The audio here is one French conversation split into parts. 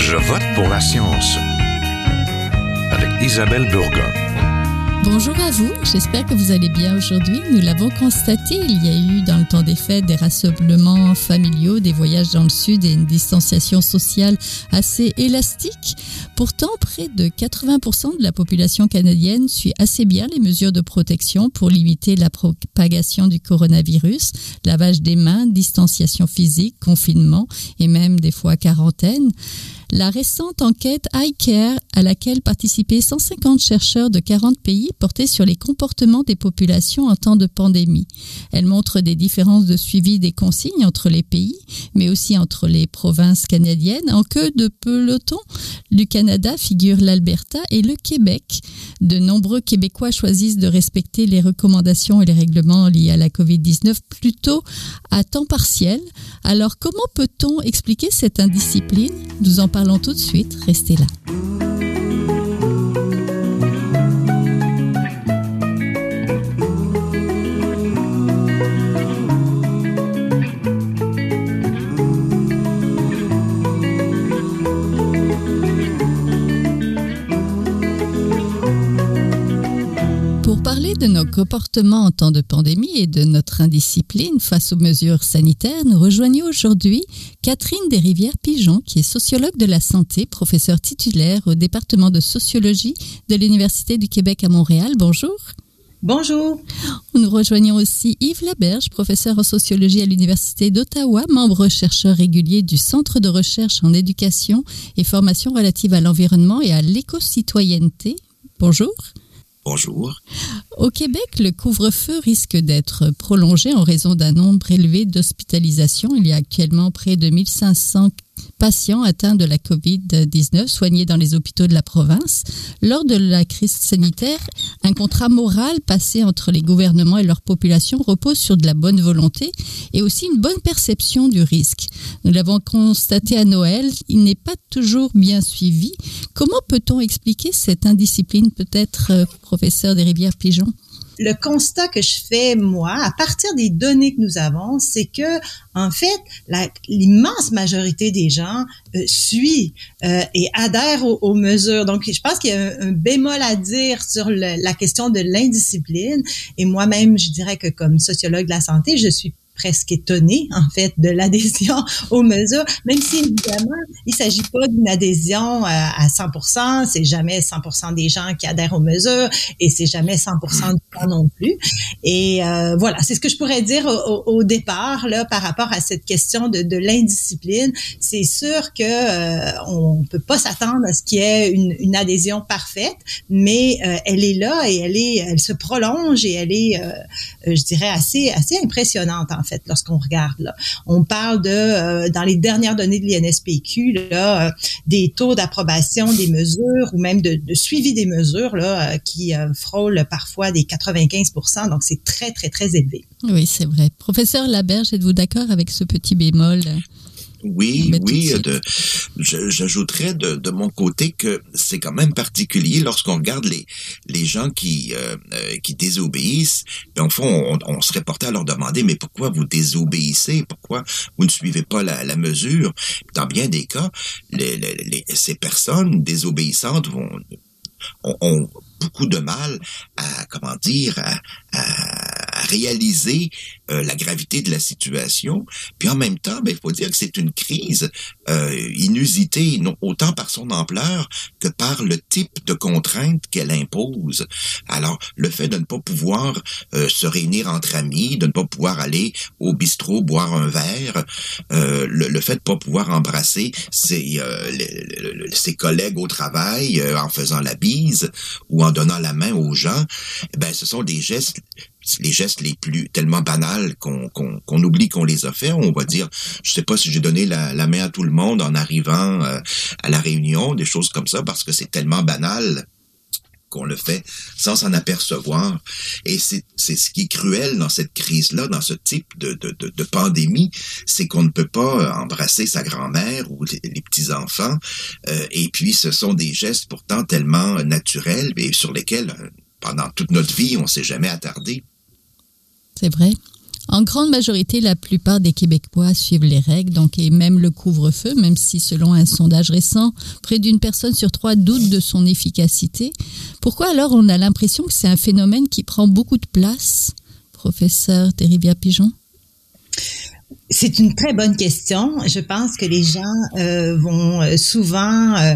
Je vote pour la science avec Isabelle Burgon. Bonjour à vous, j'espère que vous allez bien aujourd'hui. Nous l'avons constaté, il y a eu dans le temps des fêtes des rassemblements familiaux, des voyages dans le sud et une distanciation sociale assez élastique. Pourtant, près de 80% de la population canadienne suit assez bien les mesures de protection pour limiter la propagation du coronavirus, lavage des mains, distanciation physique, confinement et même des fois quarantaine. La récente enquête iCare, à laquelle participaient 150 chercheurs de 40 pays, portait sur les comportements des populations en temps de pandémie. Elle montre des différences de suivi des consignes entre les pays, mais aussi entre les provinces canadiennes. En queue de peloton du Canada figure l'Alberta et le Québec. De nombreux Québécois choisissent de respecter les recommandations et les règlements liés à la COVID-19 plutôt à temps partiel. Alors, comment peut-on expliquer cette indiscipline ? Nous en parlons tout de suite, restez là. Pour parler de nos comportements en temps de pandémie et de notre indiscipline face aux mesures sanitaires, nous rejoignons aujourd'hui Catherine Desrivières-Pigeon, qui est sociologue de la santé, professeure titulaire au département de sociologie de l'Université du Québec à Montréal. Bonjour. Bonjour. Nous rejoignons aussi Yves Laberge, professeur en sociologie à l'Université d'Ottawa, membre chercheur régulier du Centre de recherche en éducation et formation relative à l'environnement et à l'éco-citoyenneté. Bonjour. Bonjour. Au Québec, le couvre-feu risque d'être prolongé en raison d'un nombre élevé d'hospitalisations. Il y a actuellement près de 1500 patients atteints de la COVID-19 soignés dans les hôpitaux de la province. Lors de la crise sanitaire, un contrat moral passé entre les gouvernements et leur population repose sur de la bonne volonté et aussi une bonne perception du risque. Nous l'avons constaté à Noël, il n'est pas toujours bien suivi. Comment peut-on expliquer cette indiscipline, peut-être, professeur Desrivières-Pigeon? Le constat que je fais, moi, à partir des données que nous avons, c'est que, en fait, l'immense majorité des gens suit et adhère aux mesures. Donc, je pense qu'il y a un bémol à dire sur la question de l'indiscipline. Et moi-même, je dirais que comme sociologue de la santé, je suis presque étonnée, en fait, de l'adhésion aux mesures, même si, évidemment, il s'agit pas d'une adhésion à 100%, c'est jamais 100% des gens qui adhèrent aux mesures, et c'est jamais 100% du temps non plus. Et voilà, c'est ce que je pourrais dire au départ, là, par rapport à cette question de l'indiscipline. C'est sûr que on peut pas s'attendre à ce qu'il y ait une adhésion parfaite, mais elle est là et elle se prolonge et elle est, je dirais, assez impressionnante, en fait, lorsqu'on regarde, là. On parle de, dans les dernières données de l'INSPQ, là, des taux d'approbation des mesures ou même de suivi des mesures, là, qui frôlent parfois des 95%. Donc, c'est très, très, très élevé. Oui, c'est vrai. Professeur Laberge, êtes-vous d'accord avec ce petit bémol? Oui, j'ajouterais de mon côté que c'est quand même particulier lorsqu'on regarde les gens qui désobéissent. Et en fond, on serait porté à leur demander, mais pourquoi vous désobéissez? Pourquoi vous ne suivez pas la mesure? Dans bien des cas, ces personnes désobéissantes ont beaucoup de mal à réaliser la gravité de la situation. Puis en même temps, il faut dire que c'est une crise inusitée, non, autant par son ampleur que par le type de contraintes qu'elle impose. Alors, le fait de ne pas pouvoir se réunir entre amis, de ne pas pouvoir aller au bistrot boire un verre, le fait de ne pas pouvoir embrasser ses collègues au travail en faisant la bise ou en donnant la main aux gens, ce sont des gestes, les gestes les plus tellement banals qu'on oublie qu'on les a fait. On va dire, je sais pas si j'ai donné la main à tout le monde en arrivant à la réunion, des choses comme ça, parce que c'est tellement banal qu'on le fait sans s'en apercevoir. Et c'est ce qui est cruel dans cette crise-là, dans ce type de pandémie, c'est qu'on ne peut pas embrasser sa grand-mère ou les petits-enfants. Et puis, ce sont des gestes pourtant tellement naturels et sur lesquels, pendant toute notre vie, on s'est jamais attardé. C'est vrai. En grande majorité, la plupart des Québécois suivent les règles, donc, et même le couvre-feu, même si selon un sondage récent, près d'une personne sur 3 doute de son efficacité. Pourquoi alors on a l'impression que c'est un phénomène qui prend beaucoup de place, professeur Desrivière-Pigeon? C'est une très bonne question. Je pense que les gens vont souvent...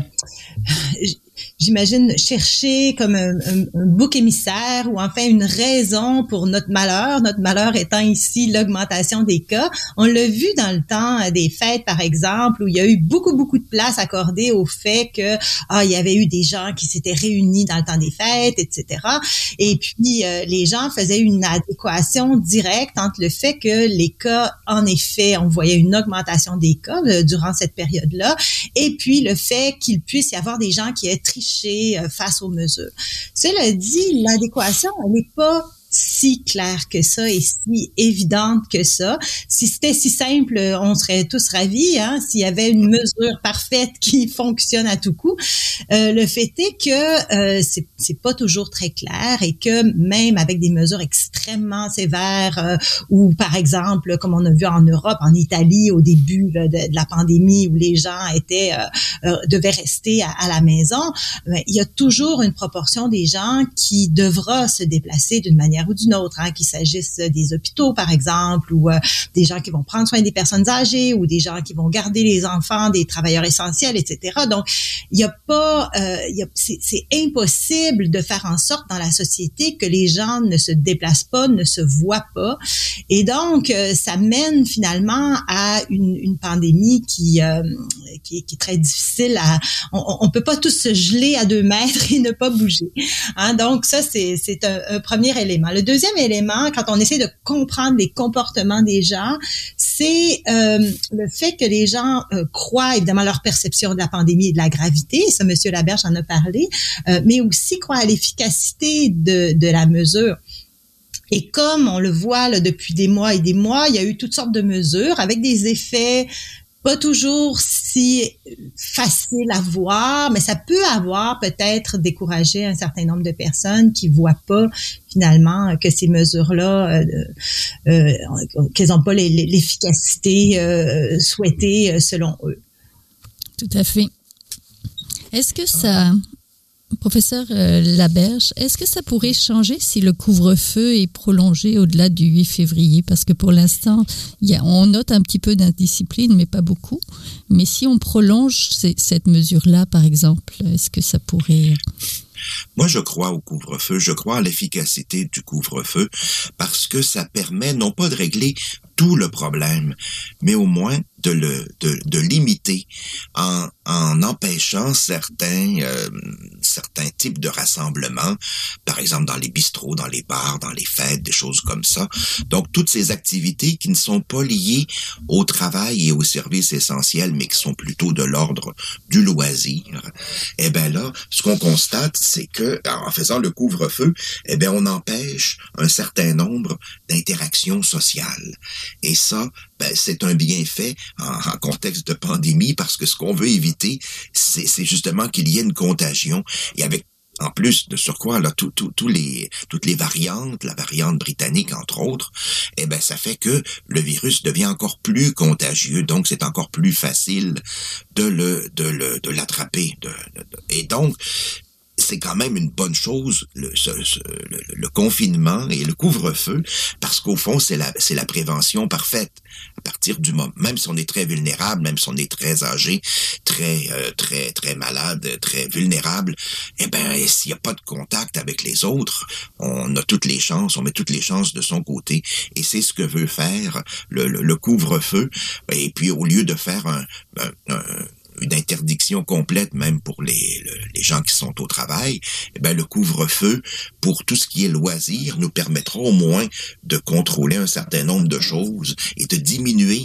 j'imagine, chercher comme un bouc émissaire ou enfin une raison pour notre malheur étant ici l'augmentation des cas. On l'a vu dans le temps des fêtes, par exemple, où il y a eu beaucoup de place accordée au fait que il y avait eu des gens qui s'étaient réunis dans le temps des fêtes, etc. Et puis, les gens faisaient une adéquation directe entre le fait que les cas, en effet, on voyait une augmentation des cas durant cette période-là, et puis le fait qu'il puisse y avoir des gens qui aient triché face aux mesures. Cela dit, l'adéquation, elle n'est pas si claire que ça et si évidente que ça. Si c'était si simple, on serait tous ravis, hein, s'il y avait une mesure parfaite qui fonctionne à tout coup. Le fait est que c'est pas toujours très clair et que même avec des mesures extrêmement sévères ou par exemple, comme on a vu en Europe, en Italie au début de la pandémie où les gens devaient rester à la maison, il y a toujours une proportion des gens qui devra se déplacer d'une manière ou d'une autre, hein, qu'il s'agisse des hôpitaux, par exemple, ou des gens qui vont prendre soin des personnes âgées, ou des gens qui vont garder les enfants, des travailleurs essentiels, etc. Donc, il y a pas, c'est impossible de faire en sorte dans la société que les gens ne se déplacent pas, ne se voient pas, et donc ça mène finalement à une pandémie qui est très difficile à. On peut pas tous se geler à 2 mètres et ne pas bouger. Hein, donc ça c'est un premier élément. Le deuxième élément, quand on essaie de comprendre les comportements des gens, c'est le fait que les gens croient évidemment leur perception de la pandémie et de la gravité. Ça, Monsieur Laberge en a parlé, mais aussi croient à l'efficacité de la mesure. Et comme on le voit là, depuis des mois et des mois, il y a eu toutes sortes de mesures avec des effets pas toujours si facile à voir, mais ça peut avoir peut-être découragé un certain nombre de personnes qui voient pas finalement que ces mesures-là, qu'elles n'ont pas l'efficacité souhaitée selon eux. Tout à fait. Est-ce que ça... Professeur Laberge, est-ce que ça pourrait changer si le couvre-feu est prolongé au-delà du 8 février? Parce que pour l'instant, on note un petit peu d'indiscipline, mais pas beaucoup. Mais si on prolonge cette mesure-là, par exemple, est-ce que ça pourrait... Moi, je crois au couvre-feu, je crois à l'efficacité du couvre-feu parce que ça permet non pas de régler tout le problème, mais au moins de limiter en empêchant certains types de rassemblements, par exemple dans les bistrots, dans les bars, dans les fêtes, des choses comme ça. Donc, toutes ces activités qui ne sont pas liées au travail et aux services essentiels, mais qui sont plutôt de l'ordre du loisir. Eh bien là, ce qu'on constate, c'est que en faisant le couvre-feu, eh bien on empêche un certain nombre d'interactions sociales. Et ça, c'est un bienfait en contexte de pandémie parce que ce qu'on veut éviter, c'est justement qu'il y ait une contagion. Et avec en plus de surcroît, là, toutes les variantes, la variante britannique entre autres, eh ben ça fait que le virus devient encore plus contagieux, donc c'est encore plus facile de l'attraper. Et donc c'est quand même une bonne chose, le confinement et le couvre-feu, parce qu'au fond, c'est la prévention parfaite. À partir du moment, même si on est très vulnérable, même si on est très âgé, très malade, très vulnérable, eh ben, s'il n'y a pas de contact avec les autres, on a toutes les chances, on met toutes les chances de son côté. Et c'est ce que veut faire le couvre-feu. Et puis, au lieu de faire une interdiction complète même pour les gens qui sont au travail, eh ben le couvre-feu pour tout ce qui est loisir nous permettra au moins de contrôler un certain nombre de choses et de diminuer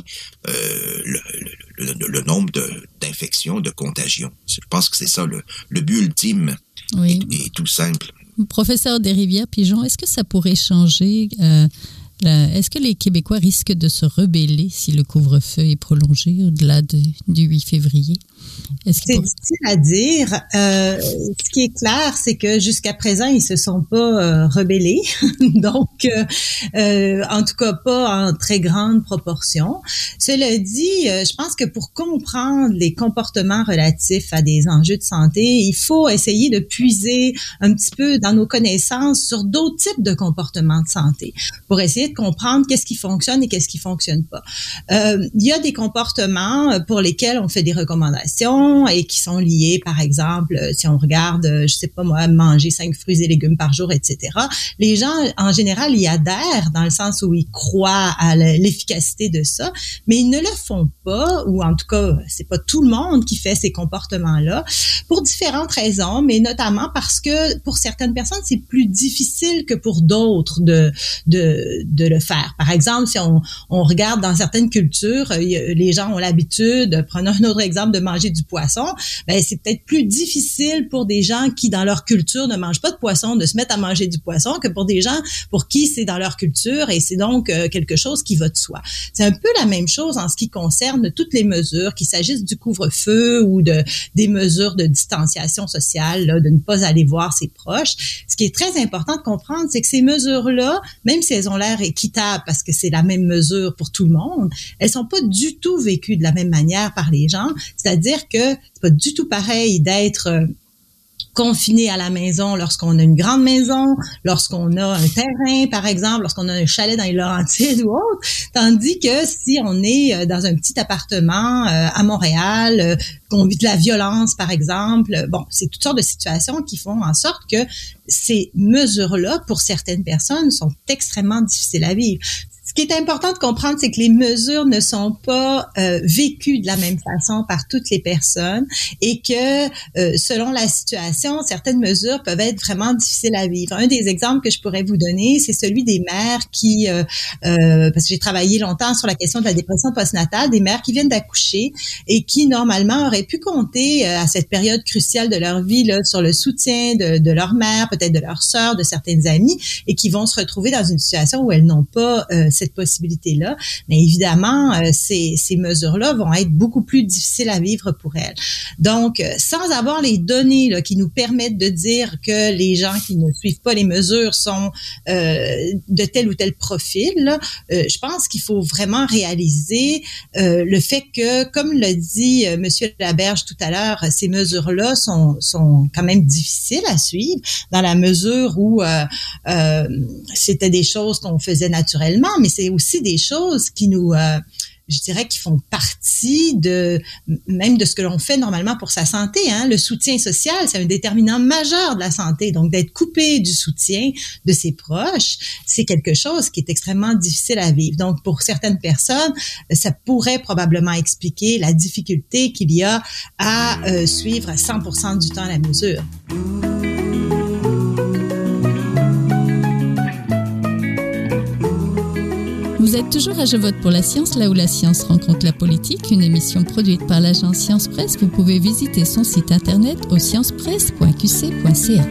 le nombre d'infections, de contagions. Je pense que c'est ça le but ultime. Oui. Et tout simple. Professeur Desrivière-Pigeon, est-ce que ça pourrait changer Est-ce que les Québécois risquent de se rebeller si le couvre-feu est prolongé au-delà du 8 février? C'est difficile à dire. Ce qui est clair, c'est que jusqu'à présent, ils se sont pas rebellés. Donc, en tout cas, pas en très grande proportion. Cela dit, je pense que pour comprendre les comportements relatifs à des enjeux de santé, il faut essayer de puiser un petit peu dans nos connaissances sur d'autres types de comportements de santé pour essayer de comprendre qu'est-ce qui fonctionne et qu'est-ce qui fonctionne pas. Il y a des comportements pour lesquels on fait des recommandations et qui sont liés, par exemple, si on regarde, je sais pas moi, manger 5 fruits et légumes par jour, etc. Les gens, en général, y adhèrent dans le sens où ils croient à l'efficacité de ça, mais ils ne le font pas, ou en tout cas, c'est pas tout le monde qui fait ces comportements-là, pour différentes raisons, mais notamment parce que pour certaines personnes, c'est plus difficile que pour d'autres de le faire. Par exemple, si on regarde dans certaines cultures, les gens ont l'habitude, prenons un autre exemple, de manger du poisson, ben c'est peut-être plus difficile pour des gens qui, dans leur culture, ne mangent pas de poisson, de se mettre à manger du poisson que pour des gens pour qui c'est dans leur culture et c'est donc quelque chose qui va de soi. C'est un peu la même chose en ce qui concerne toutes les mesures, qu'il s'agisse du couvre-feu ou des mesures de distanciation sociale, là, de ne pas aller voir ses proches. Ce qui est très important de comprendre, c'est que ces mesures-là, même si elles ont l'air équitables parce que c'est la même mesure pour tout le monde, elles sont pas du tout vécues de la même manière par les gens. C'est-à-dire que c'est pas du tout pareil d'être confiné à la maison lorsqu'on a une grande maison, lorsqu'on a un terrain, par exemple, lorsqu'on a un chalet dans les Laurentides ou autre, tandis que si on est dans un petit appartement à Montréal, qu'on vit de la violence, par exemple, bon, c'est toutes sortes de situations qui font en sorte que ces mesures-là, pour certaines personnes, sont extrêmement difficiles à vivre. Ce qui est important de comprendre, c'est que les mesures ne sont pas vécues de la même façon par toutes les personnes et que selon la situation, certaines mesures peuvent être vraiment difficiles à vivre. Un des exemples que je pourrais vous donner, c'est celui des mères qui, parce que j'ai travaillé longtemps sur la question de la dépression postnatale, des mères qui viennent d'accoucher et qui normalement auraient pu compter à cette période cruciale de leur vie là, sur le soutien de leur mère, peut-être de leur sœur, de certaines amies, et qui vont se retrouver dans une situation où elles n'ont pas cette possibilité-là. Mais évidemment, ces mesures-là vont être beaucoup plus difficiles à vivre pour elles. Donc, sans avoir les données là, qui nous permettent de dire que les gens qui ne suivent pas les mesures sont de tel ou tel profil, là, je pense qu'il faut vraiment réaliser le fait que, comme l'a dit Monsieur Laberge tout à l'heure, ces mesures-là sont quand même difficiles à suivre dans la mesure où c'était des choses qu'on faisait naturellement, mais c'est aussi des choses qui nous, je dirais, qui font partie même de ce que l'on fait normalement pour sa santé. Hein. Le soutien social, c'est un déterminant majeur de la santé. Donc, d'être coupé du soutien de ses proches, c'est quelque chose qui est extrêmement difficile à vivre. Donc, pour certaines personnes, ça pourrait probablement expliquer la difficulté qu'il y a à suivre à 100% du temps la mesure. Vous êtes toujours à Je vote pour la science, là où la science rencontre la politique, une émission produite par l'agence Science Presse. Vous pouvez visiter son site internet au sciencepresse.qc.ca.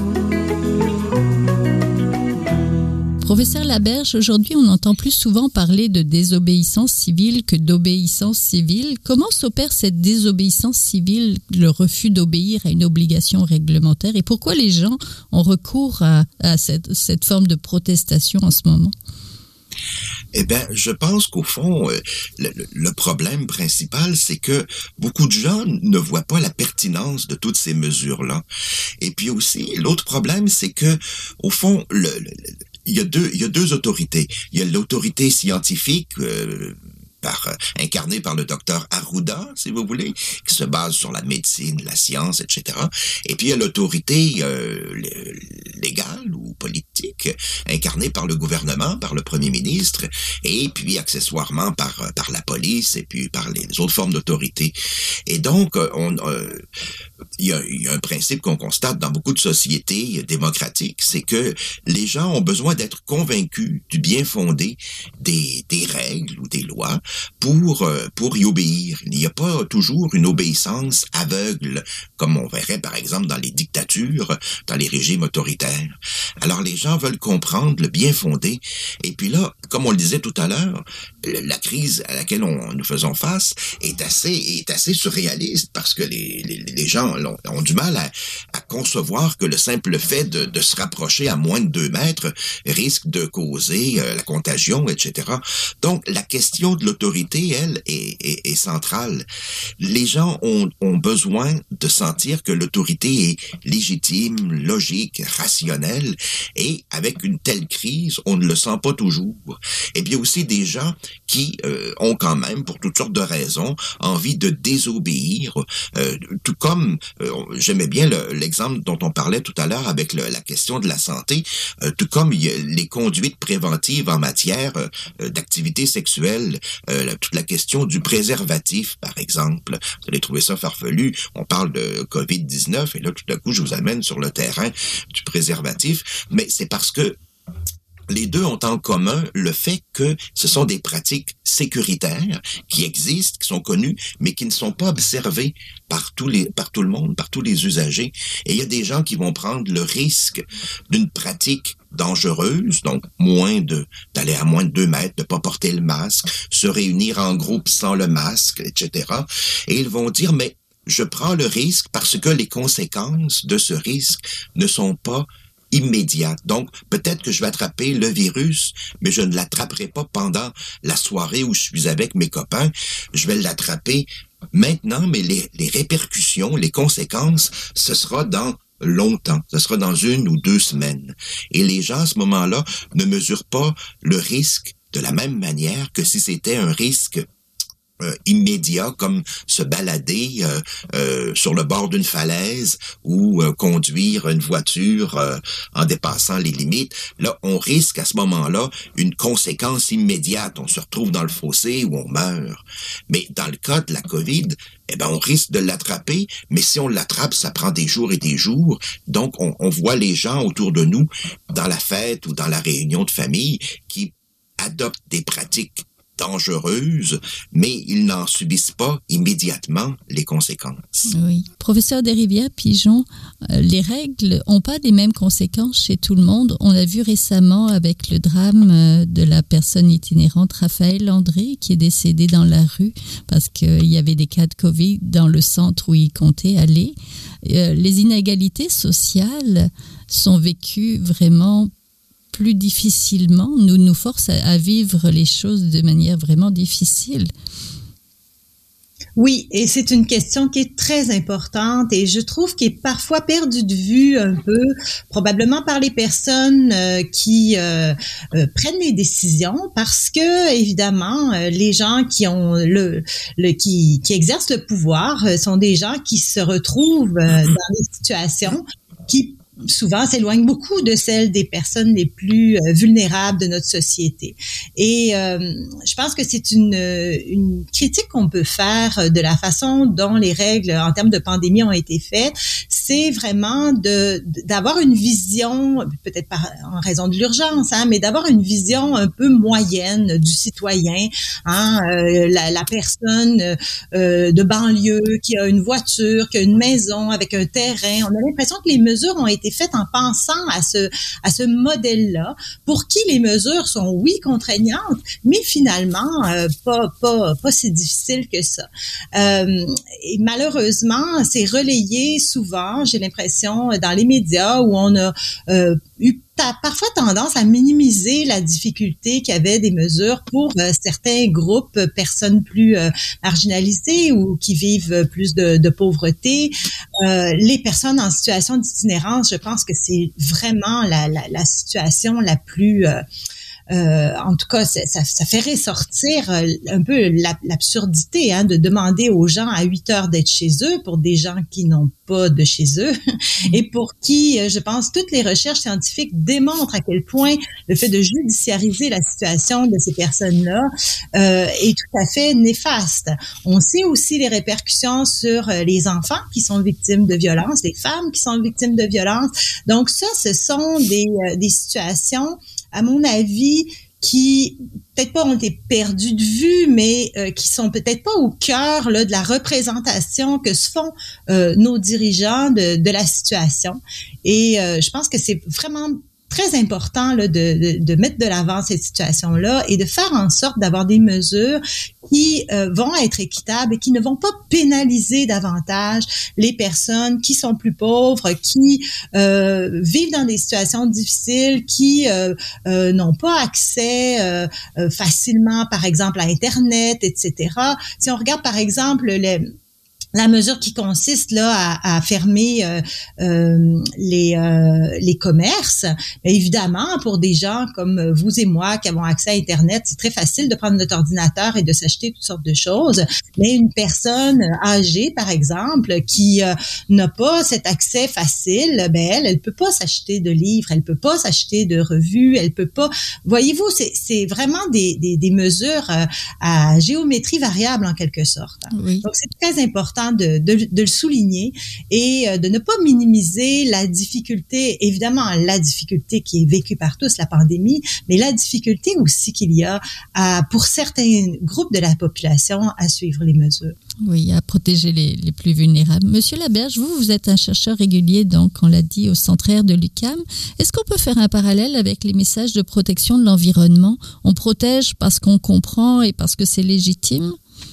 Professeur Laberge, aujourd'hui, on entend plus souvent parler de désobéissance civile que d'obéissance civile. Comment s'opère cette désobéissance civile, le refus d'obéir à une obligation réglementaire, et pourquoi les gens ont recours à cette forme de protestation en ce moment? Eh bien, je pense qu'au fond, le problème principal, c'est que beaucoup de gens ne voient pas la pertinence de toutes ces mesures-là. Et puis aussi, l'autre problème, c'est que, au fond, il y a deux autorités. Il y a l'autorité scientifique, incarné par le docteur Arruda, si vous voulez, qui se base sur la médecine, la science, etc. Et puis il y a l'autorité légale ou politique, incarnée par le gouvernement, par le premier ministre, et puis accessoirement par la police et puis par les autres formes d'autorité. Et donc, il y a un principe qu'on constate dans beaucoup de sociétés démocratiques, c'est que les gens ont besoin d'être convaincus du bien fondé des règles ou des lois pour y obéir. Il n'y a pas toujours une obéissance aveugle, comme on verrait par exemple dans les dictatures, dans les régimes autoritaires. Alors les gens veulent comprendre le bien fondé. Et puis là, comme on le disait tout à l'heure, la crise à laquelle nous faisons face est assez surréaliste parce que les gens ont du mal à concevoir que le simple fait de se rapprocher à moins de 2 mètres risque de causer la contagion, etc. Donc, la question de l'autorité, elle, est centrale. Les gens ont besoin de sentir que l'autorité est légitime, logique, rationnelle, et avec une telle crise, on ne le sent pas toujours. Et bien aussi des gens qui ont quand même, pour toutes sortes de raisons, envie de désobéir, tout comme j'aimais bien l'exemple dont on parlait tout à l'heure avec la question de la santé, tout comme il y a les conduites préventives en matière d'activité sexuelle, toute la question du préservatif, par exemple. Vous allez trouver ça farfelu. On parle de COVID-19 et là, tout à coup, je vous amène sur le terrain du préservatif, mais c'est parce que les deux ont en commun le fait que ce sont des pratiques sécuritaires qui existent, qui sont connues, mais qui ne sont pas observées par tout le monde, par tous les usagers. Et il y a des gens qui vont prendre le risque d'une pratique dangereuse, donc d'aller à moins de 2 mètres, de pas porter le masque, se réunir en groupe sans le masque, etc. Et ils vont dire, mais je prends le risque parce que les conséquences de ce risque ne sont pas immédiate. Donc, peut-être que je vais attraper le virus, mais je ne l'attraperai pas pendant la soirée où je suis avec mes copains. Je vais l'attraper maintenant, mais les répercussions, les conséquences, ce sera dans longtemps. Ce sera dans 1 ou 2 semaines. Et les gens, à ce moment-là, ne mesurent pas le risque de la même manière que si c'était un risque immédiat, comme se balader sur le bord d'une falaise ou conduire une voiture en dépassant les limites. Là, on risque à ce moment-là une conséquence immédiate. On se retrouve dans le fossé ou on meurt. Mais dans le cas de la COVID, on risque de l'attraper, mais si on l'attrape, ça prend des jours et des jours. Donc, on voit les gens autour de nous, dans la fête ou dans la réunion de famille, qui adoptent des pratiques dangereuses, mais ils n'en subissent pas immédiatement les conséquences. Oui. Professeur Desrivière-Pigeon, les règles n'ont pas les mêmes conséquences chez tout le monde. On a vu récemment avec le drame de la personne itinérante Raphaël Landry qui est décédé dans la rue parce qu'il y avait des cas de Covid dans le centre où il comptait aller. Les inégalités sociales sont vécues vraiment plus difficilement, nous force à vivre les choses de manière vraiment difficile. Oui, et c'est une question qui est très importante et je trouve qu'elle est parfois perdue de vue un peu, probablement par les personnes qui prennent les décisions parce que, évidemment, les gens qui ont qui exercent le pouvoir sont des gens qui se retrouvent dans des situations qui souvent s'éloigne beaucoup de celles des personnes les plus vulnérables de notre société. Et je pense que c'est une critique qu'on peut faire de la façon dont les règles en termes de pandémie ont été faites. C'est vraiment d'avoir une vision, peut-être en raison de l'urgence, mais d'avoir une vision un peu moyenne du citoyen, la personne de banlieue qui a une voiture, qui a une maison avec un terrain. On a l'impression que les mesures ont été faites en pensant à ce modèle-là, pour qui les mesures sont, oui, contraignantes, mais finalement, pas si difficiles que ça. Et malheureusement, c'est relayé souvent, j'ai l'impression, dans les médias où on a eu parfois tendance à minimiser la difficulté qu'il y avait des mesures pour certains groupes, personnes plus marginalisées ou qui vivent plus de pauvreté. Les personnes en situation d'itinérance, je pense que c'est vraiment la situation la plus en tout cas, ça fait ressortir un peu l'absurdité de demander aux gens à 8 heures d'être chez eux pour des gens qui n'ont pas de chez eux et pour qui, je pense, toutes les recherches scientifiques démontrent à quel point le fait de judiciariser la situation de ces personnes-là est tout à fait néfaste. On sait aussi les répercussions sur les enfants qui sont victimes de violences, les femmes qui sont victimes de violences. Donc ça, ce sont des situations, à mon avis, qui peut-être pas ont été perdues de vue, mais qui sont peut-être pas au cœur là, de la représentation que se font nos dirigeants de la situation. Et je pense que c'est vraiment très important là, de mettre de l'avant cette situation-là et de faire en sorte d'avoir des mesures qui vont être équitables et qui ne vont pas pénaliser davantage les personnes qui sont plus pauvres, qui vivent dans des situations difficiles, qui n'ont pas accès facilement, par exemple, à Internet, etc. Si on regarde, par exemple, la mesure qui consiste là à fermer les commerces, bien évidemment pour des gens comme vous et moi qui avons accès à Internet, c'est très facile de prendre notre ordinateur et de s'acheter toutes sortes de choses. Mais une personne âgée, par exemple, qui n'a pas cet accès facile, ben elle peut pas s'acheter de livres, elle peut pas s'acheter de revues, elle peut pas. Voyez-vous, c'est vraiment des mesures à géométrie variable en quelque sorte. Oui. Donc c'est très important de le souligner et de ne pas minimiser la difficulté, évidemment la difficulté qui est vécue par tous, la pandémie, mais la difficulté aussi qu'il y a pour certains groupes de la population à suivre les mesures. Oui, à protéger les plus vulnérables. Monsieur Laberge, vous êtes un chercheur régulier, donc on l'a dit, au Centre Air de l'UQAM. Est-ce qu'on peut faire un parallèle avec les messages de protection de l'environnement? On protège parce qu'on comprend et parce que c'est légitime?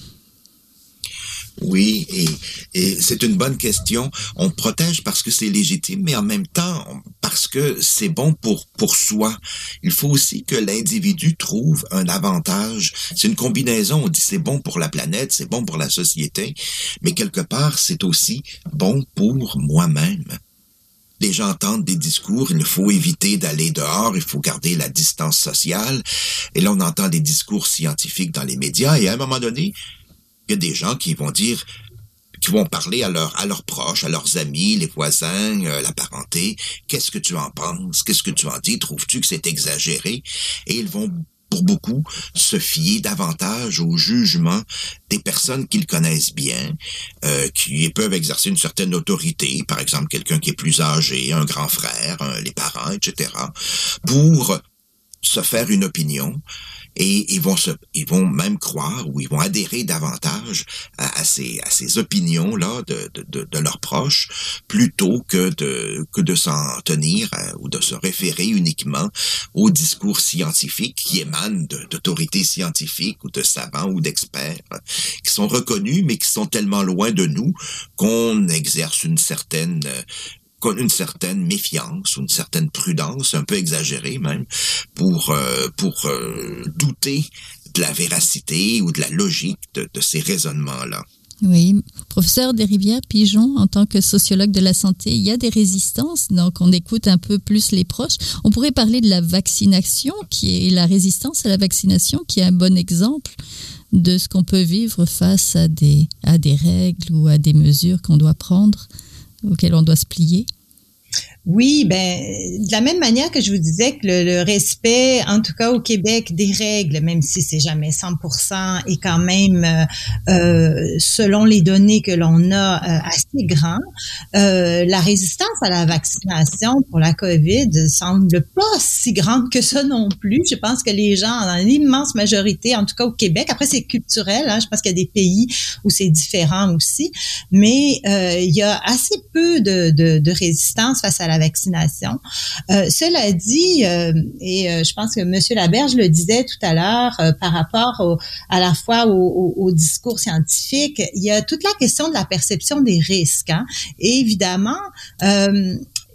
Oui, et c'est une bonne question. On protège parce que c'est légitime, mais en même temps, parce que c'est bon pour soi. Il faut aussi que l'individu trouve un avantage. C'est une combinaison. On dit c'est bon pour la planète, c'est bon pour la société, mais quelque part, c'est aussi bon pour moi-même. Les gens entendent des discours, il faut éviter d'aller dehors, il faut garder la distance sociale. Et là, on entend des discours scientifiques dans les médias, et à un moment donné, il y a des gens qui vont dire, qui vont parler à leurs proches, à leurs amis, les voisins, la parenté. Qu'est-ce que tu en penses? Qu'est-ce que tu en dis? Trouves-tu que c'est exagéré? Et ils vont, pour beaucoup, se fier davantage au jugement des personnes qu'ils connaissent bien, qui peuvent exercer une certaine autorité, par exemple quelqu'un qui est plus âgé, un grand frère, les parents, etc., pour se faire une opinion. Et ils vont même croire ou ils vont adhérer davantage à ces opinions-là de leurs proches plutôt que de s'en tenir ou de se référer uniquement aux discours scientifiques qui émanent d'autorités scientifiques ou de savants ou d'experts qui sont reconnus mais qui sont tellement loin de nous qu'on exerce une certaine méfiance ou une certaine prudence, un peu exagérée même, pour douter de la véracité ou de la logique de ces raisonnements-là. Oui, professeur Desrivières-Pigeon, en tant que sociologue de la santé, il y a des résistances, donc on écoute un peu plus les proches. On pourrait parler de la vaccination, qui est la résistance à la vaccination, qui est un bon exemple de ce qu'on peut vivre face à des règles ou à des mesures qu'on doit prendre, auxquelles on doit se plier. Oui, de la même manière que je vous disais que le respect, en tout cas au Québec, des règles, même si c'est jamais 100%, est quand même, selon les données que l'on a, assez grand. La résistance à la vaccination pour la COVID semble pas si grande que ça non plus. Je pense que les gens, dans l'immense majorité, en tout cas au Québec, après c'est culturel, je pense qu'il y a des pays où c'est différent aussi, mais il y a assez peu de résistance face à la vaccination. Cela dit, et je pense que M. Laberge le disait tout à l'heure, par rapport à la fois au discours scientifique, il y a toute la question de la perception des risques. Et évidemment,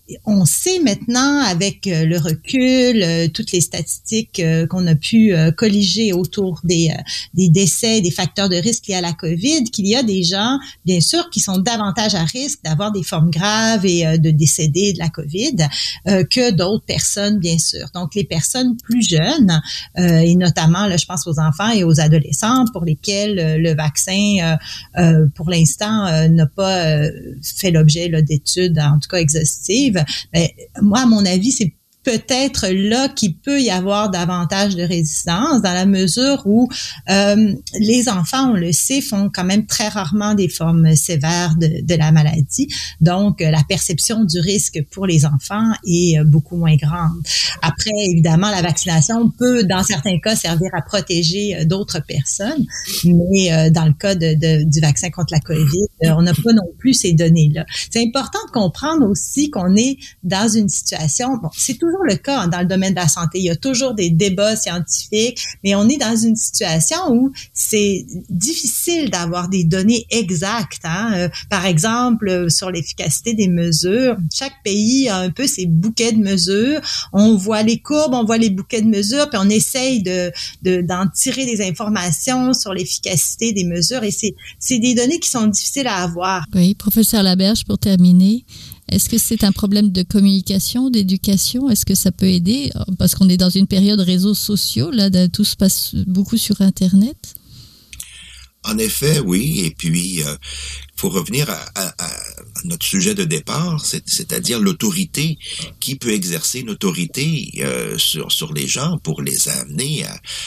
on sait maintenant, avec le recul, toutes les statistiques qu'on a pu colliger autour des décès, des facteurs de risque liés à la COVID, qu'il y a des gens, bien sûr, qui sont davantage à risque d'avoir des formes graves et de décéder de la COVID que d'autres personnes, bien sûr. Donc, les personnes plus jeunes, et notamment, là, je pense aux enfants et aux adolescents pour lesquels le vaccin, pour l'instant, n'a pas fait l'objet là, d'études, en tout cas exhaustives. Mais moi, à mon avis, c'est peut-être là qu'il peut y avoir davantage de résistance dans la mesure où les enfants, on le sait, font quand même très rarement des formes sévères de la maladie. Donc, la perception du risque pour les enfants est beaucoup moins grande. Après, évidemment, la vaccination peut, dans certains cas, servir à protéger d'autres personnes, mais dans le cas du vaccin contre la COVID, on n'a pas non plus ces données-là. C'est important de comprendre aussi qu'on est dans une situation, bon, c'est toujours le cas dans le domaine de la santé. Il y a toujours des débats scientifiques, mais on est dans une situation où c'est difficile d'avoir des données exactes. Par exemple, sur l'efficacité des mesures, chaque pays a un peu ses bouquets de mesures. On voit les courbes, on voit les bouquets de mesures, puis on essaye d'en tirer des informations sur l'efficacité des mesures. Et c'est des données qui sont difficiles à avoir. Oui, professeur Laberge, pour terminer, est-ce que c'est un problème de communication, d'éducation? Est-ce que ça peut aider? Parce qu'on est dans une période réseaux sociaux, là, tout se passe beaucoup sur Internet. En effet, oui. Et puis, faut revenir à notre sujet de départ, c'est-à-dire l'autorité. Qui peut exercer une autorité sur les gens pour les amener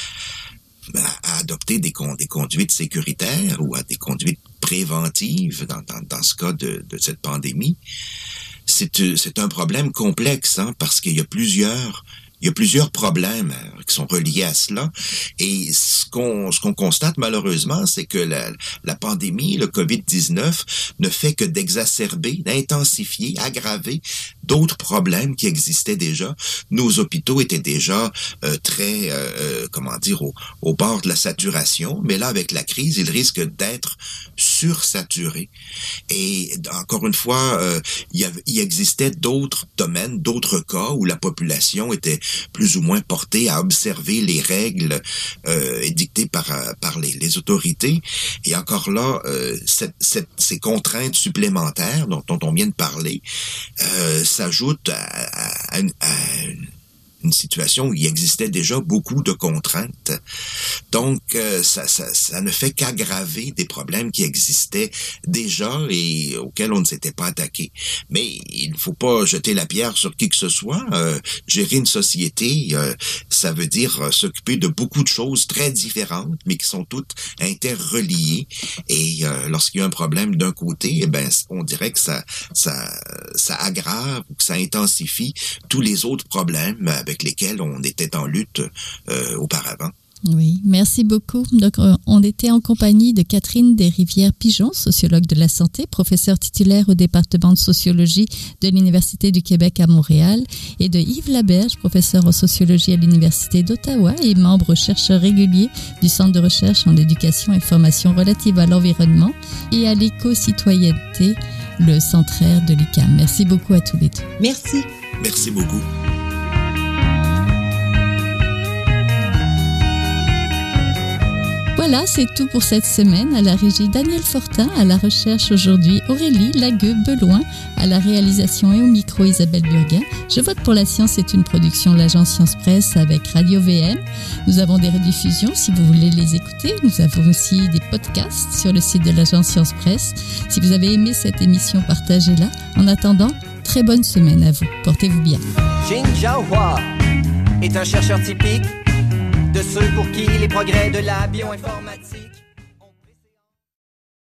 à adopter des conduites sécuritaires ou à des conduites préventives dans ce cas de cette pandémie? C'est un problème complexe, parce qu'il y a plusieurs problèmes qui sont reliés à cela. Et ce qu'on constate malheureusement, c'est que la pandémie, le COVID-19, ne fait que d'exacerber, d'intensifier, aggraver d'autres problèmes qui existaient déjà. Nos hôpitaux étaient déjà très, au bord de la saturation. Mais là, avec la crise, ils risquent d'être sursaturés. Et encore une fois, il existait d'autres domaines, d'autres cas où la population était plus ou moins portée à observer les règles édictées par les autorités. Et encore là, ces contraintes supplémentaires dont on vient de parler s'ajoutent à une situation où il existait déjà beaucoup de contraintes. Donc, ça ne fait qu'aggraver des problèmes qui existaient déjà et auxquels on ne s'était pas attaqué. Mais il ne faut pas jeter la pierre sur qui que ce soit. Gérer une société, ça veut dire s'occuper de beaucoup de choses très différentes, mais qui sont toutes interreliées. Et lorsqu'il y a un problème d'un côté, on dirait que ça aggrave ou que ça intensifie tous les autres problèmes avec lesquels on était en lutte auparavant. Oui, merci beaucoup. Donc, on était en compagnie de Catherine Desrivières-Pigeon, sociologue de la santé, professeure titulaire au département de sociologie de l'Université du Québec à Montréal, et de Yves Laberge, professeur en sociologie à l'Université d'Ottawa et membre chercheur régulier du Centre de recherche en éducation et formation relative à l'environnement et à l'éco-citoyenneté, le Centraire de l'UQAM. Merci beaucoup à tous les deux. Merci. Merci beaucoup. Voilà, c'est tout pour cette semaine. À la régie, Daniel Fortin, à la recherche aujourd'hui, Aurélie Lagueux-Beloin, à la réalisation et au micro, Isabelle Burguin. Je vote pour la science est une production de l'agence Science Presse avec Radio VM. Nous avons des rediffusions si vous voulez les écouter. Nous avons aussi des podcasts sur le site de l'agence Science Presse. Si vous avez aimé cette émission, partagez-la. En attendant, très bonne semaine à vous. Portez-vous bien. Jing Zhaohua est un chercheur typique de ceux pour qui les progrès de la bioinformatique